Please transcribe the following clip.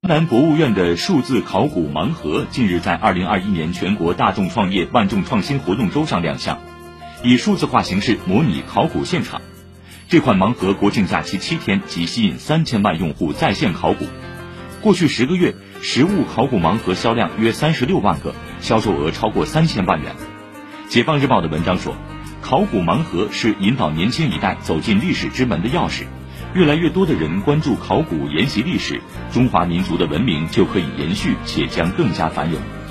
江南博物院的数字考古盲盒近日在2021年全国大众创业万众创新活动周上亮相，以数字化形式模拟考古现场。这款盲盒国庆假期7天即吸引3000万用户在线考古。过去10个月，实物考古盲盒销量约36万个，销售额超过3000万元。解放日报的文章说，考古盲盒是引导年轻一代走进历史之门的钥匙。越来越多的人关注考古研习历史，中华民族的文明就可以延续且将更加繁荣。